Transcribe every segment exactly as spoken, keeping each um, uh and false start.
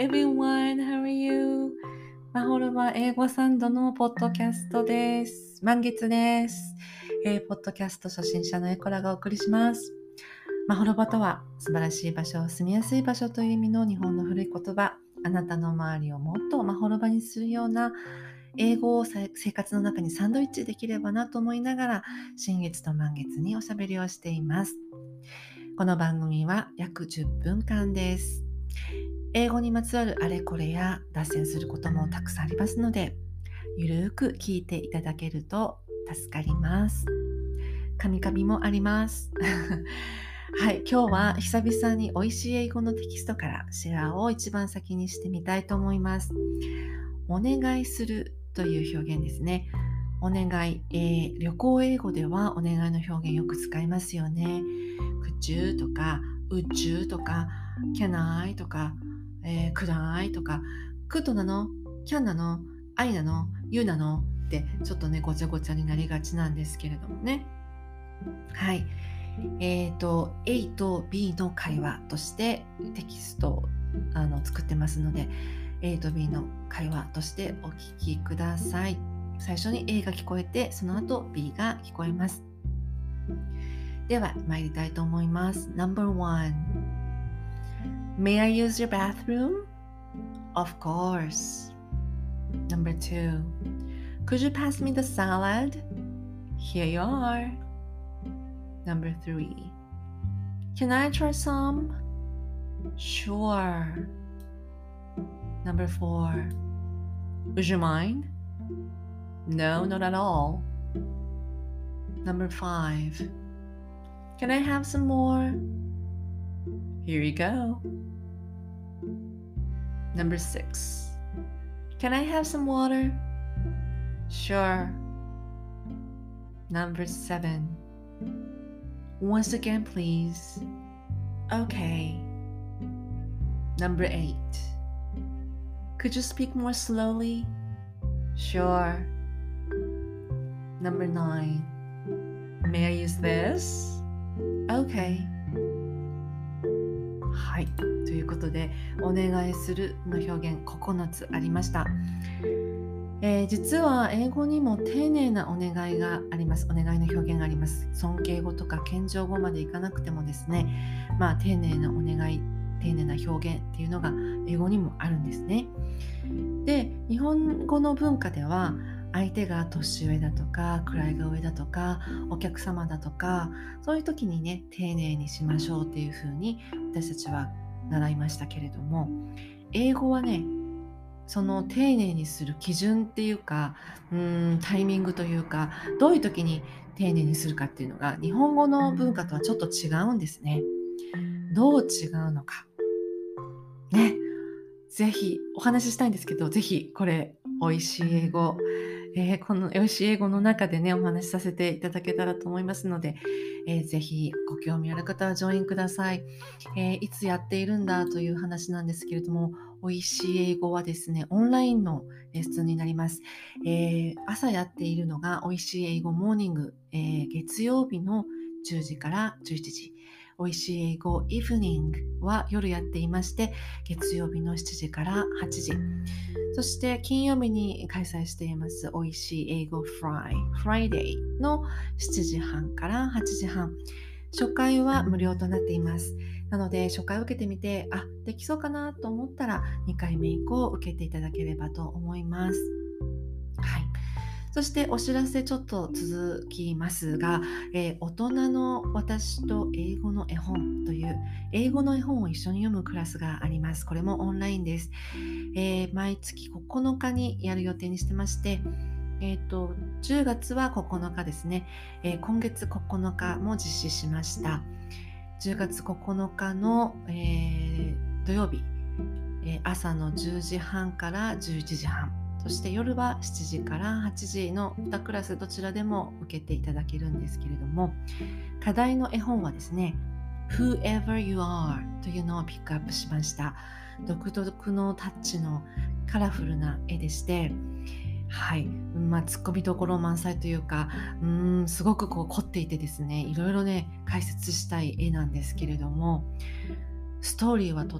everyone, how are you? マホロバ英語サンドのポッドキャストです。満月です、えー。ポッドキャスト初心者のエコラがお送りします。マホロバとは素晴らしい場所、住みやすい場所という意味の日本の古い言葉。あなたの周りをもっとマホロバにするような英語を生活の中にサンドイッチできればなと思いながら、新月と満月におしゃべりをしています。この番組は約じゅっぷんかんです。英語にまつわるあれこれや脱線することもたくさんありますので、ゆるーく聞いていただけると助かります。カミカミもあります。はい、今日は久々に美味しい英語のテキストからシェアを一番先にしてみたいと思います。お願いするという表現ですね。お願い、えー、旅行英語ではお願いの表現よく使いますよね。Could you とか Would you とか Can I とか、えー、Could I とか Could なの Can なの I なの You なのってちょっとねごちゃごちゃになりがちなんですけれどもね。はい、えーと A と B の会話としてテキストをあの作ってますので、 A と B の会話としてお聞きください。最初に A が聞こえて、その後 B が聞こえます。では参りたいと思います。 ナンバーワン May I use your bathroom? Of course. Number two, Could you pass me the salad? Here you are. Number three, Can I try some? Sure. Number four, Would you mind? No, not at all. Number five, Can I have some more? Here you go. Number six, Can I have some water? Sure. Number seven, Once again, please. Okay. Number eight, Could you speak more slowly? Sure. Number nine, May I use this? Okay. はい、ということでお願いするの表現ここのつありました。えー、実は英語にも丁寧なお願いがあります。お願いの表現があります。尊敬語とか謙譲語までいかなくてもですね、まあ丁寧なお願い、丁寧な表現っていうのが英語にもあるんですね。で、日本語の文化では相手が年上だとか位が上だとかお客様だとか、そういう時にね丁寧にしましょうっていうふうに私たちは習いましたけれども、英語はねその丁寧にする基準っていうか、うーんタイミングというか、どういう時に丁寧にするかっていうのが日本語の文化とはちょっと違うんですね。どう違うのかね、ぜひお話ししたいんですけど、ぜひこれ美味しい英語、えー、この美味しい英語の中でねお話しさせていただけたらと思いますので、えー、ぜひご興味ある方はジョインください。えー、いつやっているんだという話なんですけれども、美味しい英語はですねオンラインのレッスンになります。えー、朝やっているのが美味しい英語モーニング、えー、月曜日のじゅうじからじゅういちじ、美味しい英語イブニングは夜やっていまして、月曜日のしちじからはちじ、そして金曜日に開催しています美味しい英語フライフライデーのしちじはんからはちじはん、初回は無料となっています。なので初回を受けてみて、あ、できそうかなと思ったらにかいめ以降受けていただければと思います。はい。そしてお知らせちょっと続きますが、えー、大人の私と英語の絵本という英語の絵本を一緒に読むクラスがあります。これもオンラインです。えー、毎月ここのかにやる予定にしてまして、えーと、じゅうがつはここのかですね、えー、今月ここのかも実施しました。じゅうがつここのかの、えー、土曜日、えー、朝のじゅうじはんからじゅういちじはん、そして夜はしちじからはちじのにクラスどちらでも受けていただけるんですけれども、課題の絵本はですね Whoever You Are というのをピックアップしました。独特のタッチのカラフルな絵でして、はい、まあ、ツッコミどころ満載というか、うーんすごくこう凝っていてですね、いろいろね解説したい絵なんですけれども、ストーリーはとって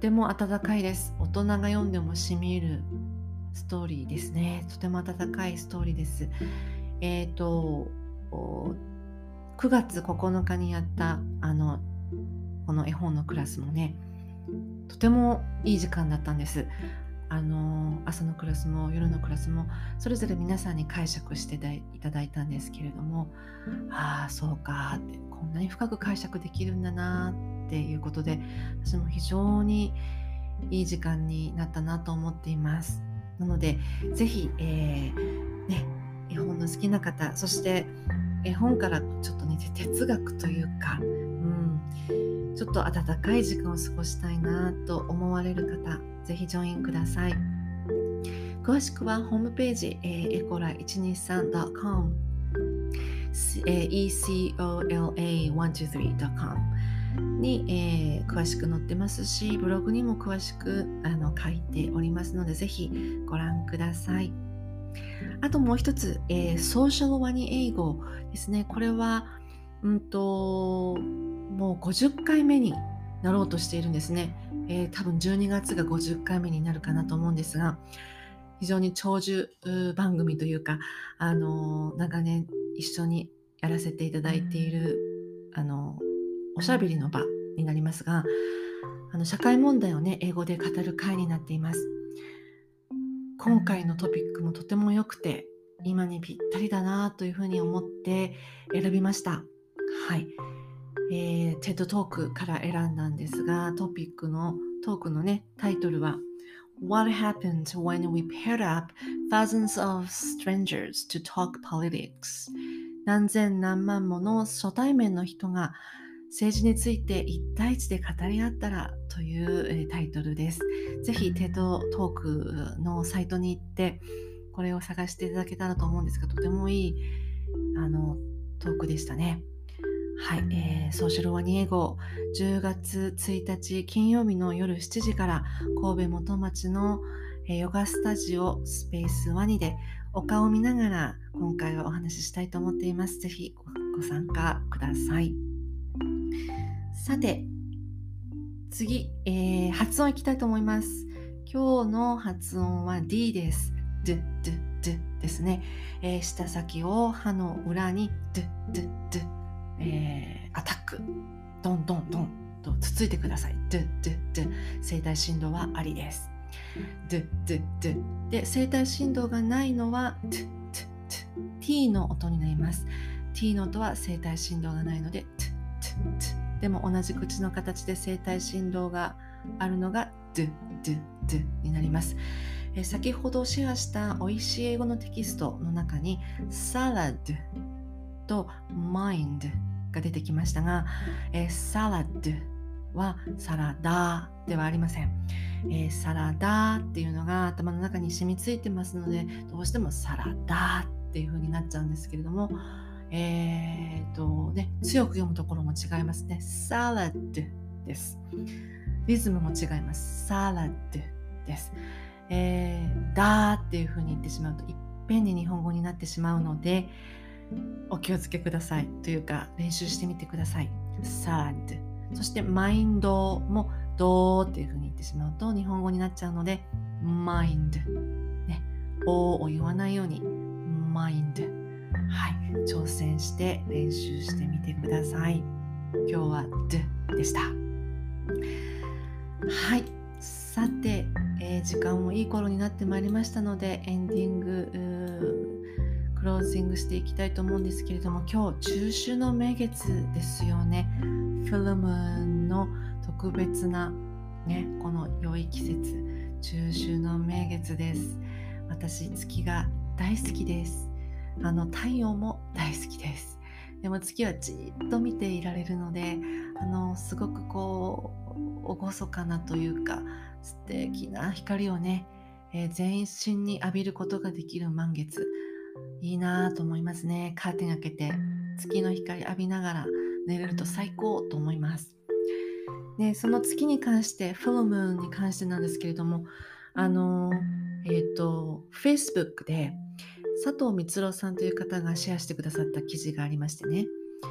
ても温かいです。大人が読んでもしみ入るストーリーですね。とても温かいストーリーです。えっ、とくがつここのかにやったあのこの絵本のクラスもね、とてもいい時間だったんです。あの朝のクラスも夜のクラスもそれぞれ皆さんに解釈していただいたんですけれども、ああそうかって、こんなに深く解釈できるんだなっていうことで、私も非常にいい時間になったなと思っています。なのでぜひ、えーね、絵本の好きな方、そして絵本からちょっとね哲学というか、うん、ちょっと温かい時間を過ごしたいなと思われる方、ぜひジョインください。詳しくはホームページ、えー、エコラ いちにさんドットコム、エーコラ いちにさんドットコム に、えー、詳しく載ってますし、ブログにも詳しくあの書いておりますので、ぜひご覧ください。あともう一つ、えー、ソーシャルワニ英語ですね。これは、うんと、もうごじゅっかいめになろうとしているんですね。えー、多分じゅうにがつがごじゅっかいめになるかなと思うんですが、非常に長寿番組というか、あのー、長年一緒にやらせていただいている、あのー、おしゃべりの場になりますが、あの社会問題をね、英語で語る会になっています。今回のトピックもとても良くて、今にぴったりだなというふうに思って選びました。はい。えー、テッドトークから選んだんですが、トピックのトークのね、タイトルは What happened when we paired up thousands of strangers to talk politics? 何千何万もの初対面の人が政治について一対一で語り合ったらという、えー、タイトルです。ぜひテッドトークのサイトに行ってこれを探していただけたらと思うんですが、とてもいいあのトークでしたね。はい、えー、ソーシャルワニ英語じゅうがつついたち金曜日の夜しちじから神戸元町の、えー、ヨガスタジオスペースワニでお顔を見ながら今回はお話ししたいと思っています。ぜひ ご, ご参加ください。さて次、えー、発音いきたいと思います。今日の発音は D です。ドゥドゥドゥですね、えー、舌先を歯の裏にドゥドゥドゥ、えー、アタックドンドンドンとつついてください。ドゥドゥドゥ、声帯振動はありです。ドゥドゥドゥで、声帯振動がないのはドゥドゥドゥ T の音になります。 T の音は声帯振動がないのでドゥドゥドゥ、でも同じ口の形で声帯振動があるのがドゥドゥドゥになります。えー、先ほどシェアしたおいしい英語のテキストの中にサラダとマインドが出てきましたが、えー、サラダはサラダではありません。えー、サラダっていうのが頭の中に染みついてますので、どうしてもサラダっていう風になっちゃうんですけれども、えーとね、強く読むところも違いますね。サラダです。リズムも違います。サラダです。えー、だーっていう風に言ってしまうといっぺんに日本語になってしまうので、お気をつけくださいというか練習してみてください。サラダ。そしてマインドもどーっていう風に言ってしまうと日本語になっちゃうので、マインド。ね、おーを言わないように、マインド。はい、挑戦して練習してみてください。今日は do でした。はい、さて、えー、時間もいい頃になってまいりましたので、エンディングクロージングしていきたいと思うんですけれども、今日中秋の名月ですよね。フィルムの特別なね、この良い季節、中秋の名月です。私、月が大好きです。あの太陽も大好きです。でも月はじっと見ていられるので、あのすごくこう厳かなというか素敵な光をね、えー、全身に浴びることができる満月、いいなと思いますね。カーテン開けて月の光浴びながら寝れると最高と思います。で、その月に関して、フルムーンに関してなんですけれども、あのえっと Facebook で佐藤光郎さんという方がシェアしてくださった記事がありましてね、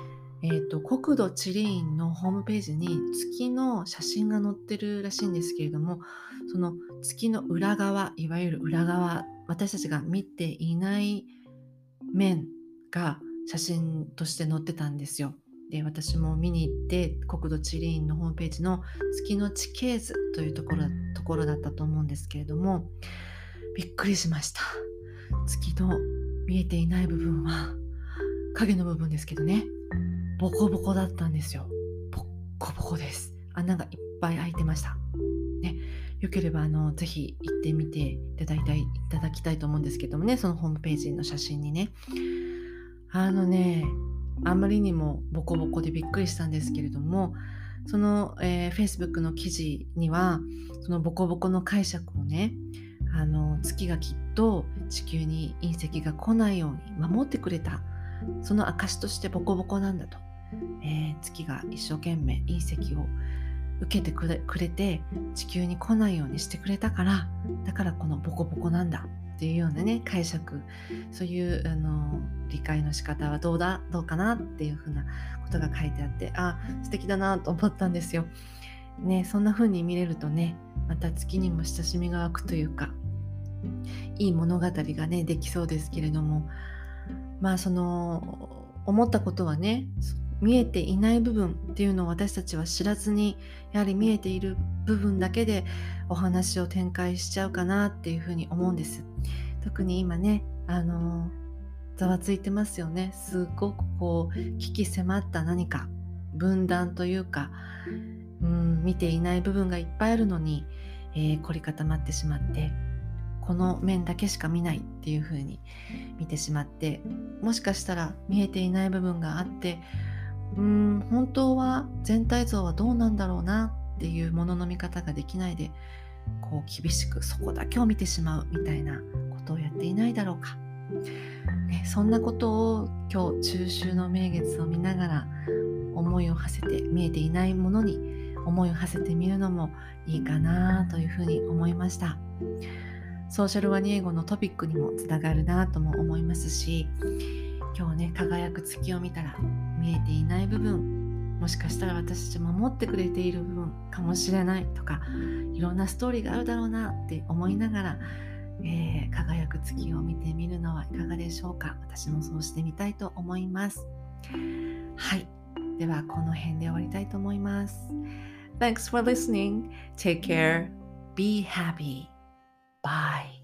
えーと、国土地理院のホームページに月の写真が載ってるらしいんですけれども、その月の裏側、いわゆる裏側、私たちが見ていない面が写真として載ってたんですよ。で、私も見に行って、国土地理院のホームページの月の地形図というところところだったと思うんですけれども、びっくりしました。月の見えていない部分は、影の部分ですけどね、ボコボコだったんですよ。ボッコボコです。穴がいっぱい開いてました。ね、よければあのぜひ行ってみていただいたいいただきたいと思うんですけどもね、そのホームページの写真にね。あのね、あまりにもボコボコでびっくりしたんですけれども、その、えー、Facebook の記事には、そのボコボコの解釈をね、あの月がきっと地球に隕石が来ないように守ってくれた、その証としてボコボコなんだと、えー、月が一生懸命隕石を受けてくれ、くれて地球に来ないようにしてくれたから、だからこのボコボコなんだっていうようなね解釈、そういうあの理解の仕方はどうだどうかなっていうふうなことが書いてあって、あ、素敵だなと思ったんですよ。ね、そんな風に見れるとね、また月にも親しみが湧くというか、いい物語がねできそうですけれども、まあその思ったことはね、見えていない部分っていうのを私たちは知らずに、やはり見えている部分だけでお話を展開しちゃうかなっていうふうに思うんです。特に今ね、あのざわついてますよね。すごくこう危機迫った何か分断というか、うん、見ていない部分がいっぱいあるのに、えー凝り固まってしまって、この面だけしか見ないっていう風に見てしまって、もしかしたら見えていない部分があって、うーん本当は全体像はどうなんだろうなっていうものの見方ができないで、こう厳しくそこだけを見てしまうみたいなことをやっていないだろうか、ね、そんなことを今日中秋の名月を見ながら思いを馳せて、見えていないものに思いを馳せてみるのもいいかなというふうに思いました。ソーシャルワニ英語のトピックにもつながるなとも思いますし、今日ね輝く月を見たら見えていない部分、もしかしたら私たち守ってくれている部分かもしれないとか、いろんなストーリーがあるだろうなって思いながら、えー、輝く月を見てみるのはいかがでしょうか。私もそうしてみたいと思います。はい、ではこの辺で終わりたいと思います。Thanks for listening. Take care. Be happy. Bye.